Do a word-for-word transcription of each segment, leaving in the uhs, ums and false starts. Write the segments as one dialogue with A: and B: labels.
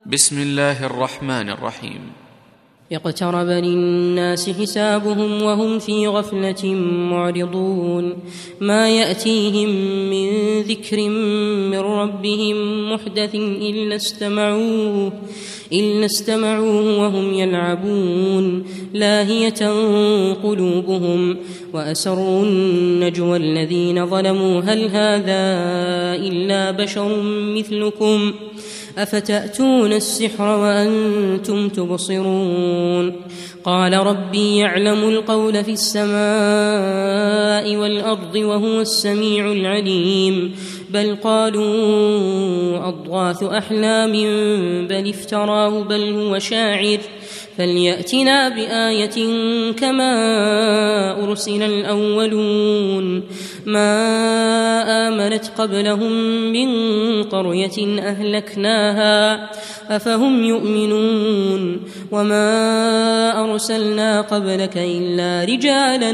A: بسم الله الرحمن الرحيم.
B: اقترب للناس حسابهم وهم في غفلة معرضون ما يأتيهم من ذكر من ربهم محدث إلا استمعوه إلا استمعوه وهم يلعبون لاهية قلوبهم وأسروا النجوى الذين ظلموا هل هذا إلا بشر مثلكم أفتأتون السحر وأنتم تبصرون قال ربي يعلم القول في السماء والأرض وهو السميع العليم بل قالوا أضغاث أحلام بل افتراه بل هو شاعر فليأتنا بآية كما أرسل الأولون ما آمنت قبلهم من قرية أهلكناها أفهم يؤمنون وما أرسلنا قبلك إلا رجالا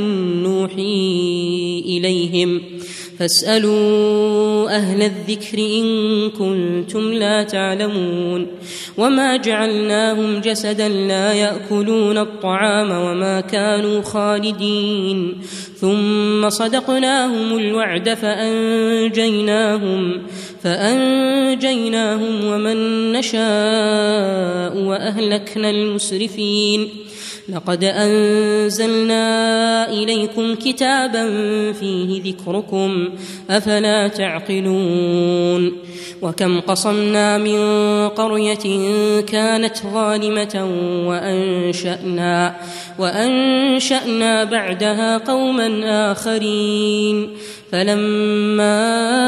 B: نوحي إليهم فاسألوا أهل الذكر إن كنتم لا تعلمون وما جعلناهم جسدا لا يأكلون الطعام وما كانوا خالدين ثم صدقناهم الوعد فأنجيناهم فأنجيناهم ومن نشاء وأهلكنا المسرفين لقد أنزلنا إليكم كتابا فيه ذكركم أفلا تعقلون وكم قصمنا من قرية كانت ظالمة وأنشأنا, وأنشأنا بعدها قوما آخرين فلما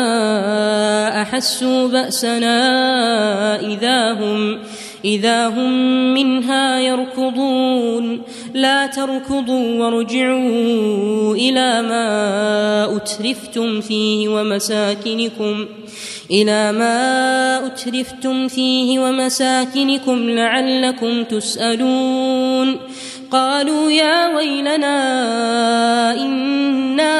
B: أحسوا بأسنا إذا هم إذا هم منها يركضون لا تركضوا وارجعوا إلى ما أترفتم فيه ومساكنكم إلى ما أترفتم فيه ومساكنكم لعلكم تسألون قالوا يا ويلنا إنا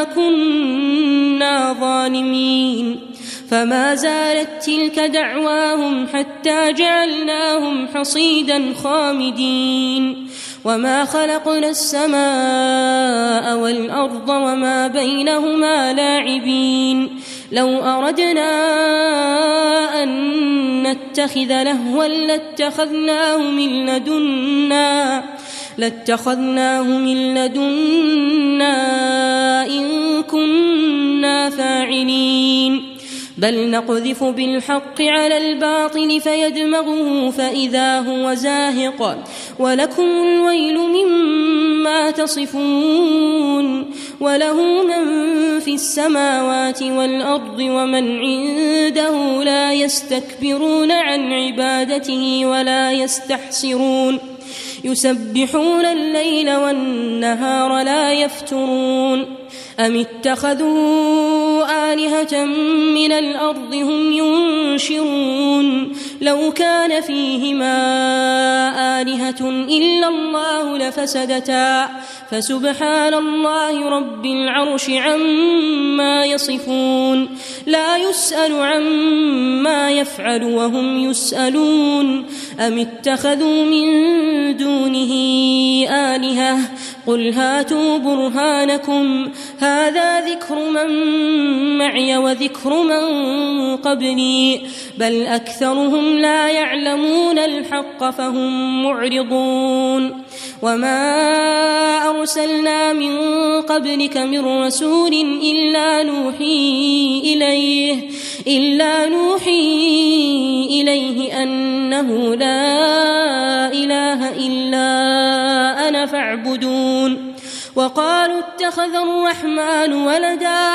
B: كنا ظالمين فما زالت تلك دعواهم حتى جعلناهم حصيدا خامدين وما خلقنا السماء والأرض وما بينهما لاعبين لو أردنا أن نتخذ لهوا لاتخذناه من لدنا لاتخذناه من لدنا إن كنا فاعلين بل نقذف بالحق على الباطل فيدمغه فإذا هو زاهق ولكم الويل مما تصفون وله من في السماوات والأرض ومن عنده لا يستكبرون عن عبادته ولا يستحسرون يسبحون الليل والنهار لا يفترون أم اتخذوا آلهة من الأرض هم ينشرون لو كان فيهما آلهة إلا الله لفسدتا فسبحان الله رب العرش عما يصفون لا يسأل عما يفعل وهم يسألون أم اتخذوا من دونه آلهة قل هاتوا برهانكم هذا ذكر من معي وذكر من قبلي بل أكثرهم لا يعلمون الحق فهم معرضون وما أرسلنا من قبلك من رسول إلا نوحي إليه إلا نوحي إليه أنه لا إله إلا أنا فاعبدون وقالوا اتخذ الرحمن ولدا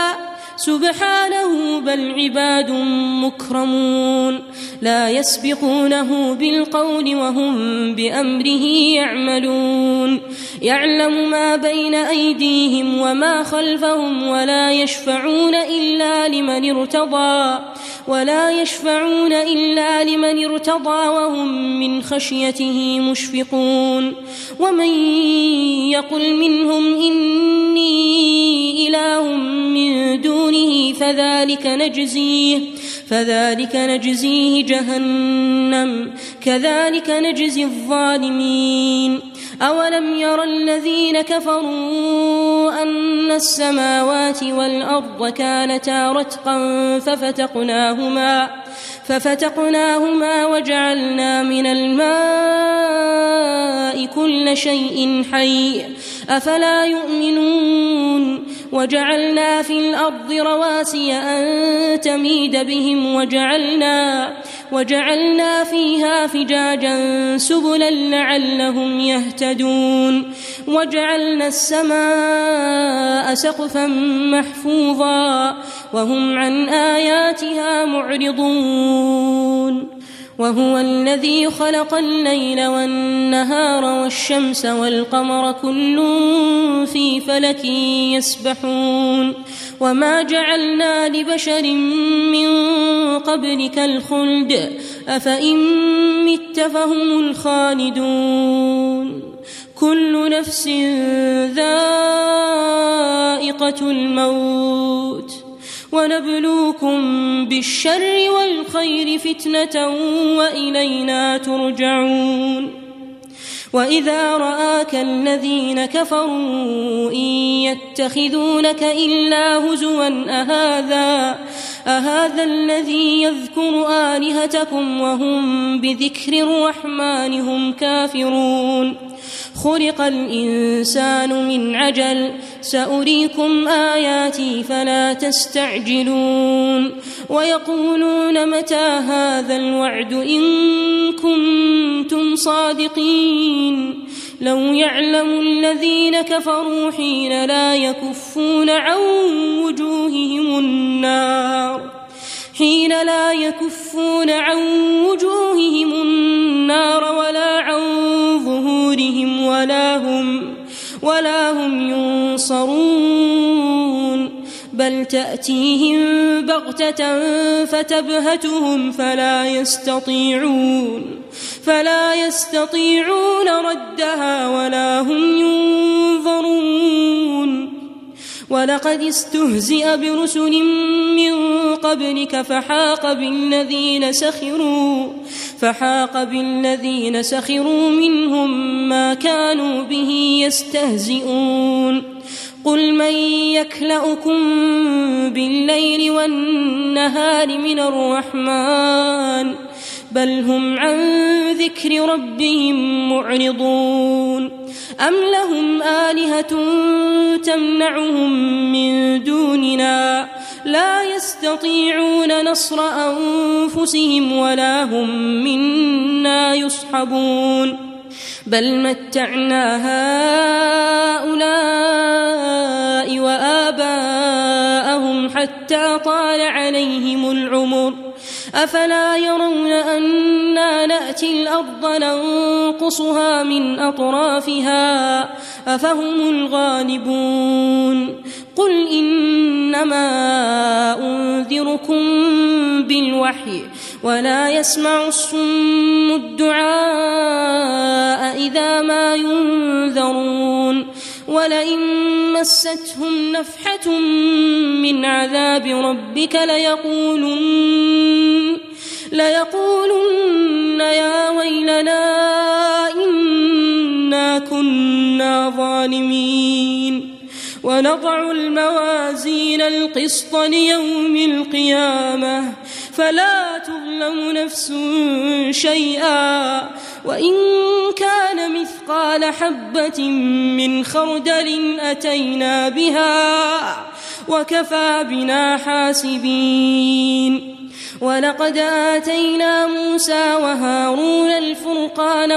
B: سبحانه بل عباد مكرمون لا يسبقونه بالقول وهم بأمره يعملون يعلم ما بين أيديهم وما خلفهم ولا يشفعون إلا لمن ارتضى ولا يشفعون إلا لمن ارتضى وهم من خشيته مشفقون ومن يقل منهم إني إله من دونه فذلك نجزيه فذلك نجزيه جهنم كذلك نجزي الظالمين. أولم ير الذين كفروا أن السماوات والأرض كانتا رتقا ففتقناهما ففتقناهما وجعلنا من الماء كل شيء حي أفلا يؤمنون. وجعلنا في الأرض رواسي أن تميد بهم وجعلنا, وجعلنا فيها فجاجا سبلا لعلهم يهتدون. وجعلنا السماء سقفا محفوظا وهم عن آياتها معرضون. وهو الذي خلق الليل والنهار والشمس والقمر كل في فلك يسبحون. وما جعلنا لبشر من قبلك الخلد أفإن مت فهم الخالدون. كل نفس ذائقة الموت ونبلوكم بالشر والخير فتنة وإلينا ترجعون. وإذا رآك الذين كفروا إن يتخذونك إلا هزوا أهذا, أهذا الذي يذكر آلهتكم وهم بذكر الرحمن هم كافرون. خلق الإنسان من عجل سأريكم آياتي فلا تستعجلون. ويقولون متى هذا الوعد إن كنتم صادقين. لو يعلم الذين كفروا حين لا يكفون عن وجوههم النار حين لا يكفون عن وجوههم النار ولا عن ظهورهم ولا هم, ولا هم ينصرون. بل تأتيهم بغتة فتبهتهم فلا يستطيعون فلا يستطيعون ردها ولا هم ينظرون. ولقد استهزئ برسل من قبلك فحاق بالذين سخروا فحاق بالذين سخروا منهم ما كانوا به يستهزئون. قل من يكلؤكم بالليل والنهار من الرحمن بل هم عن ذكر ربهم معرضون. أم لهم آلهة تمنعهم من دوننا لا يستطيعون نصر أنفسهم ولا هم منا يصحبون. بل متعنا هؤلاء وآباءهم حتى طال عليهم العمر أفلا يرون أنا نأتي الأرض ننقصها من أطرافها أفهم الغالبون. قل إنما أنذركم بالوحي ولا يسمع الصم الدعاء إذا ما ينذرون. ولئن مستهم نفحة من عذاب ربك ليقولن, ليقولن يا ويلنا إنا كنا ظالمين. ونضع الموازين القسط ليوم القيامة فلا تظلم نفس شيئا وإن كان مثقال حبة من خردل أتينا بها وكفى بنا حاسبين. ولقد آتينا موسى وهارون الفرقان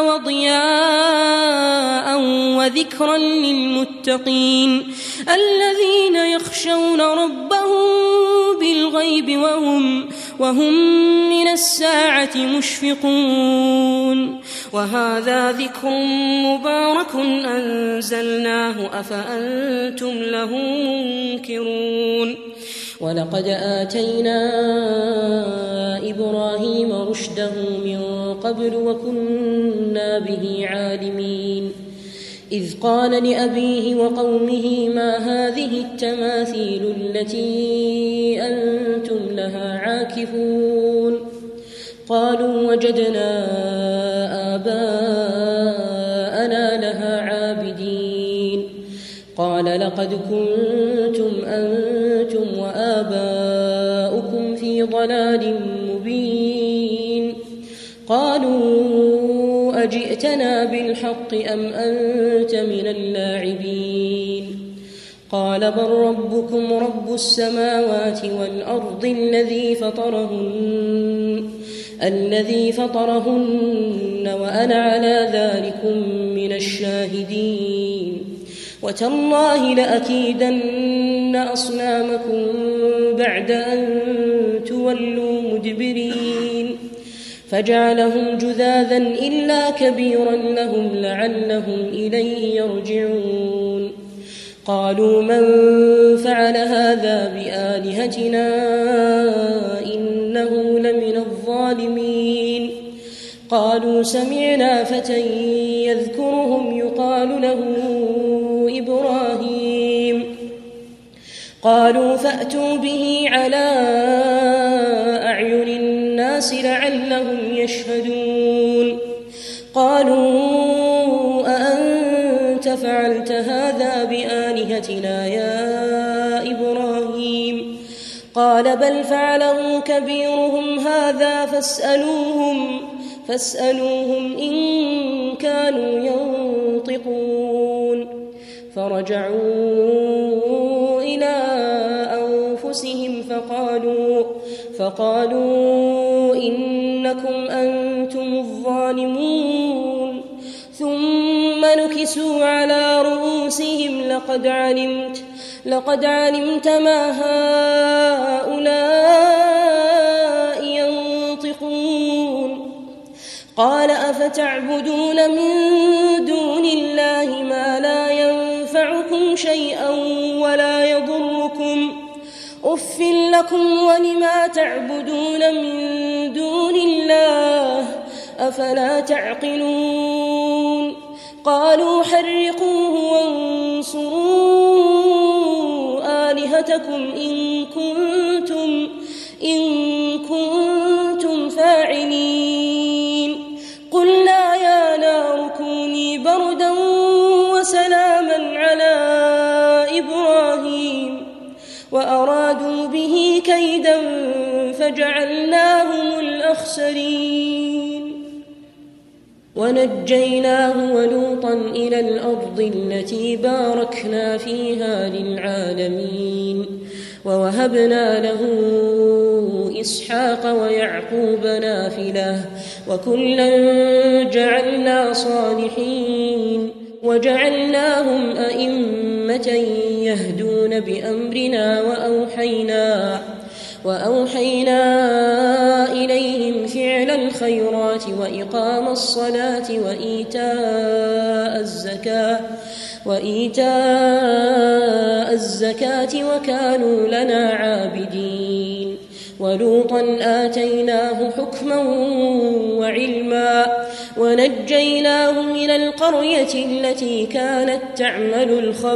B: وضياء وذكرا للمتقين الذين يخشون ربهم بالغيب وهم, وهم من الساعة مشفقون. وهذا ذكر مبارك أنزلناه أفأنتم له منكرون. ولقد آتينا إبراهيم رشده من قبل وكنا به عالمين. إذ قال لأبيه وقومه ما هذه التماثيل التي أنتم لها عاكفون قالوا وجدنا آباءنا لها عابدين قال لقد كنتم أنتم وآباؤكم في ضلال مبين قالوا أجئتنا بالحق أم أنت من اللاعبين قال بل ربكم رب السماوات والأرض الذي فطرهن الذي فطرهن وأنا على ذلكم من الشاهدين وتالله لأكيدن أصنامكم بعد أن تولوا مدبرين فجعلهم جذاذا إلا كبيرا لهم لعلهم إليه يرجعون قالوا من فعل هذا بآلهتنا إنه لمن الظالمين قالوا سمعنا فتى يذكرهم يقال له إبراهيم قالوا فأتوا به على أعين الناس لعلهم يشهدون قالوا أأنت فعلت هذا بآلهتنا يا إبراهيم قال بل فعله كبيرهم هذا فاسألوهم فاسألوهم إن كانوا ينطقون فرجعوا إلى أنفسهم فقالوا فقالوا إنكم أنتم الظالمون ثم نكسوا على رؤوسهم لقد علمت لقد علمت ما هؤلاء ينطقون قال أفتعبدون من دون الله ما لا ينفعكم شيئا ولا يضركم أف لكم ولما تعبدون من دون الله أفلا تعقلون قالوا حرقوه وانصروا آلهتكم إن كنتم إن كنتم فاعلين قلنا يا نار كوني بردا وسلاما على إبراهيم وأرادوا به كيدا فجعلناهم الأخسرين ونجيناه ولوطا إلى الأرض التي باركنا فيها للعالمين ووهبنا له إسحاق ويعقوب نافلة وكلا جعلنا صالحين وجعلناهم أئمة يهدون بأمرنا وأوحينا وأوحينا إليهم فعل الخيرات وإقام الصلاة وإيتاء الزكاة وإيتاء الزكاة وكانوا لنا عابدين ولوطا آتيناه حكما وعلما ونجيناه من القرية التي كانت تعمل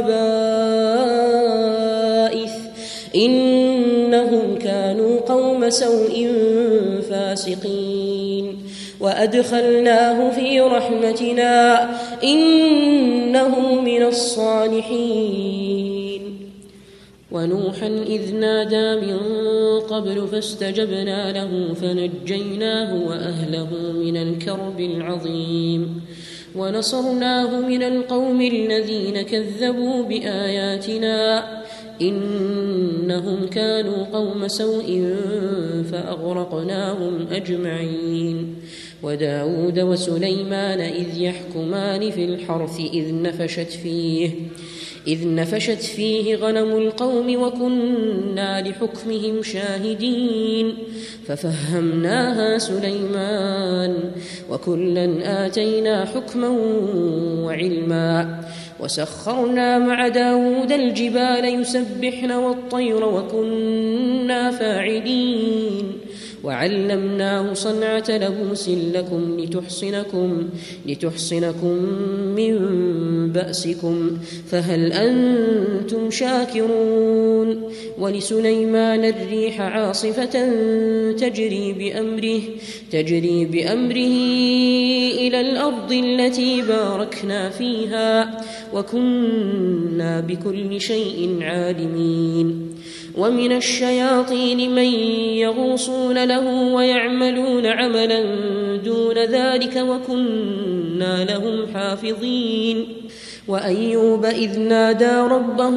B: الخبائث إنهم كانوا قوم سوء فاسقين وأدخلناه في رحمتنا إنه من الصالحين ونوحا إذ نادى من قبل فاستجبنا له فنجيناه وأهله من الكرب العظيم ونصرناه من القوم الذين كذبوا بآياتنا إنهم كانوا قوم سوء فأغرقناهم أجمعين وداود وسليمان إذ يحكمان في الحرث إذ نفشت فيه إذ نفشت فيه غنم القوم وكنا لحكمهم شاهدين ففهمناها سليمان وكلا آتينا حكما وعلما وسخرنا مع داود الجبال يسبحن والطير وكنا فاعلين وعلمناه صنعة لبوس لكم لتحصنكم, لتحصنكم من بأسكم فهل أنتم شاكرون ولسليمان الريح عاصفة تجري بأمره, تجري بأمره إلى الأرض التي باركنا فيها وكنا بكل شيء عالمين ومن الشياطين من يغوصون له ويعملون عملا دون ذلك وكنا لهم حافظين وأيوب إذ نادى ربه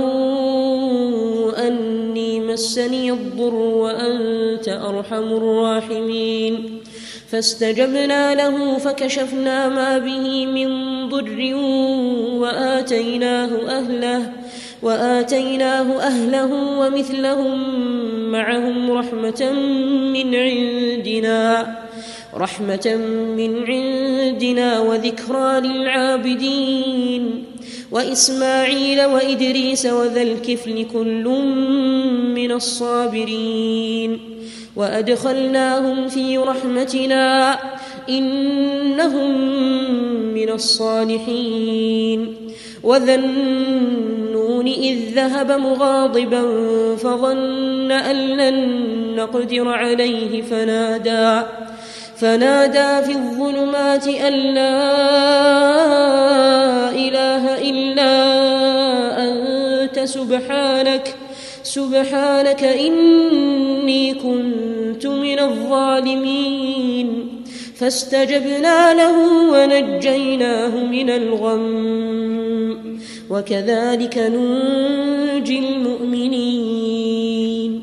B: أني مسني الضر وأنت أرحم الراحمين فاستجبنا له فكشفنا ما به من ضر وآتيناه أهله وآتيناه أهله ومثلهم معهم رحمة من عندنا رحمة من عندنا وذكرى للعابدين وإسماعيل وإدريس وذا الكفل كل من الصابرين وأدخلناهم في رحمتنا إنهم من الصالحين وذا النون إذ ذهب مغاضبا فظن أن لن نقدر عليه فنادى فنادى في الظلمات أن لا إله إلا أنت سبحانك سبحانك إني كنت من الظالمين فاستجبنا له ونجيناه من الغم وكذلك ننجي المؤمنين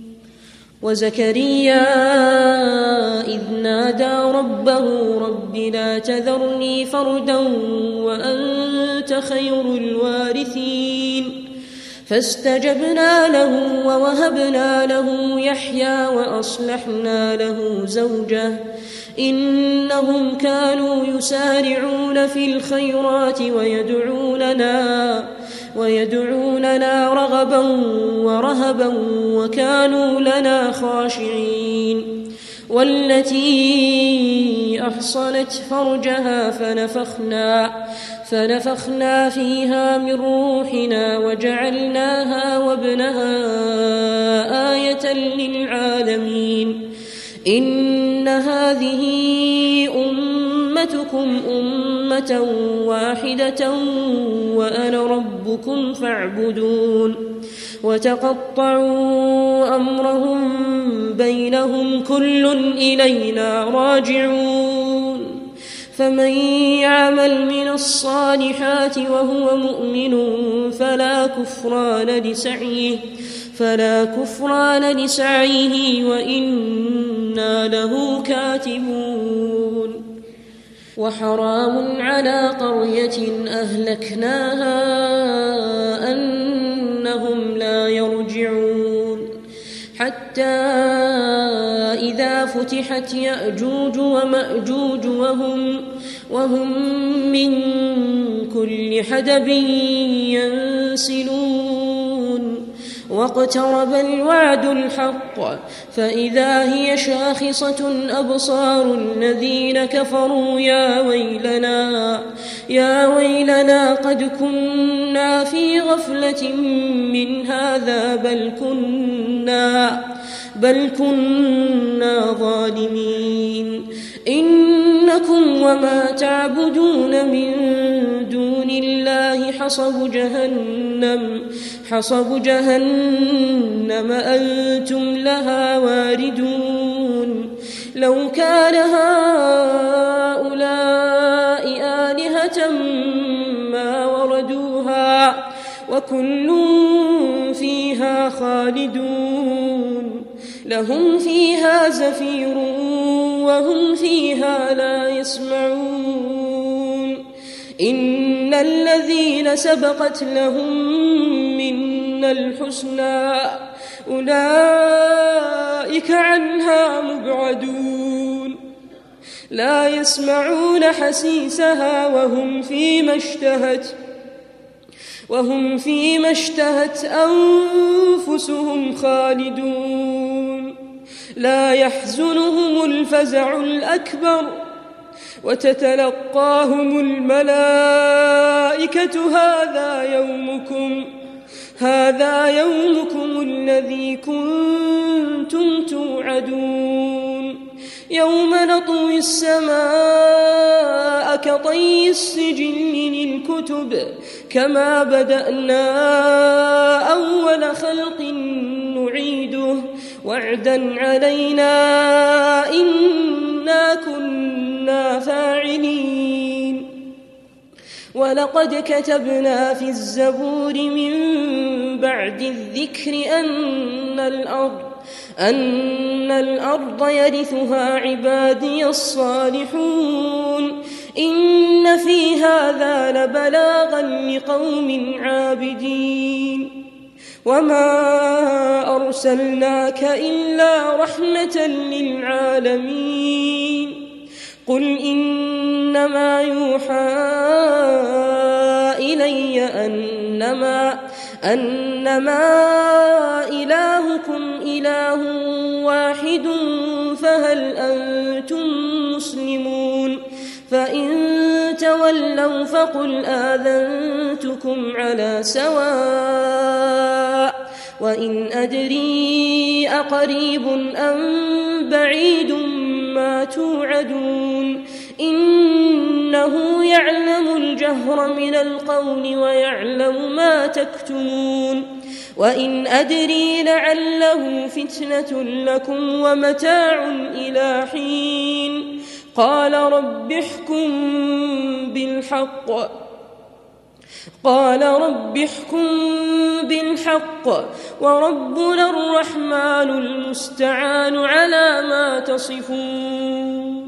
B: وزكريا إذ نادى ربه رب لا تذرني فردا وأنت خير الوارثين فاستجبنا له ووهبنا له يحيى وأصلحنا له زوجه إنهم كانوا يسارعون في الخيرات ويدعوننا ويدعوننا رغبا ورهبا وكانوا لنا خاشعين والتي أحصنت فرجها فنفخنا فنفخنا فيها من روحنا وجعلناها وابنها آية للعالمين إن هذه أمتكم أمة واحدة وأنا ربكم فاعبدون وتقطعوا أمرهم بينهم كل إلينا راجعون فمن يعمل من الصالحات وهو مؤمن فلا كفران لسعيه فلا كفران لسعيه وإنا له كاتبون وحرام على قرية أهلكناها أنهم لا يرجعون حتى إذا فتحت يأجوج ومأجوج وهم, وهم من كل حدب ينسلون واقترب الوعد الحق فإذا هي شاخصة أبصار الذين كفروا يا ويلنا يا ويلنا قد كنا في غفلة من هذا بل كنا بل كنا ظالمين إنكم وما تعبدون من دون الله حصب جهنم حصب جهنم أنتم لها واردون لو كان هؤلاء آلهة ما وردوها وكل فيها خالدون لهم فيها زفير وهم فيها لا يسمعون إن الذين سبقت لهم منا الحسنى أولئك عنها مبعدون لا يسمعون حسيسها وهم فيما اشتهت وهم فيما اشتهت أنفسهم خالدون لا يحزنهم الفزع الأكبر وتتلقاهم الملائكة هذا يومكم هذا يومكم الذي كنتم توعدون يوم نطوي السماء كطي السجل للكتب كما بدأنا أول خلق نعيده وعدا علينا إنا كنا فاعلين ولقد كتبنا في الزبور من بعد الذكر أن الأرض أن الأرض يرثها عبادي الصالحون إن في هذا لبلاغا لقوم عابدين وما أرسلناك إلا رحمة للعالمين قل إنما يوحى إلي أنما أنما إلهكم إله واحد فهل أنتم مسلمون فإن تولوا فقل آذنتكم على سواء وإن أدري أقريب أم بعيد ما توعدون إنه يعلم الجهر من القول ويعلم ما تكتمون وإن أدري لعله فتنة لكم ومتاع إلى حين قال رب احكم بالحق قال رب احكم بالحق وربنا الرحمن المستعان على ما تصفون.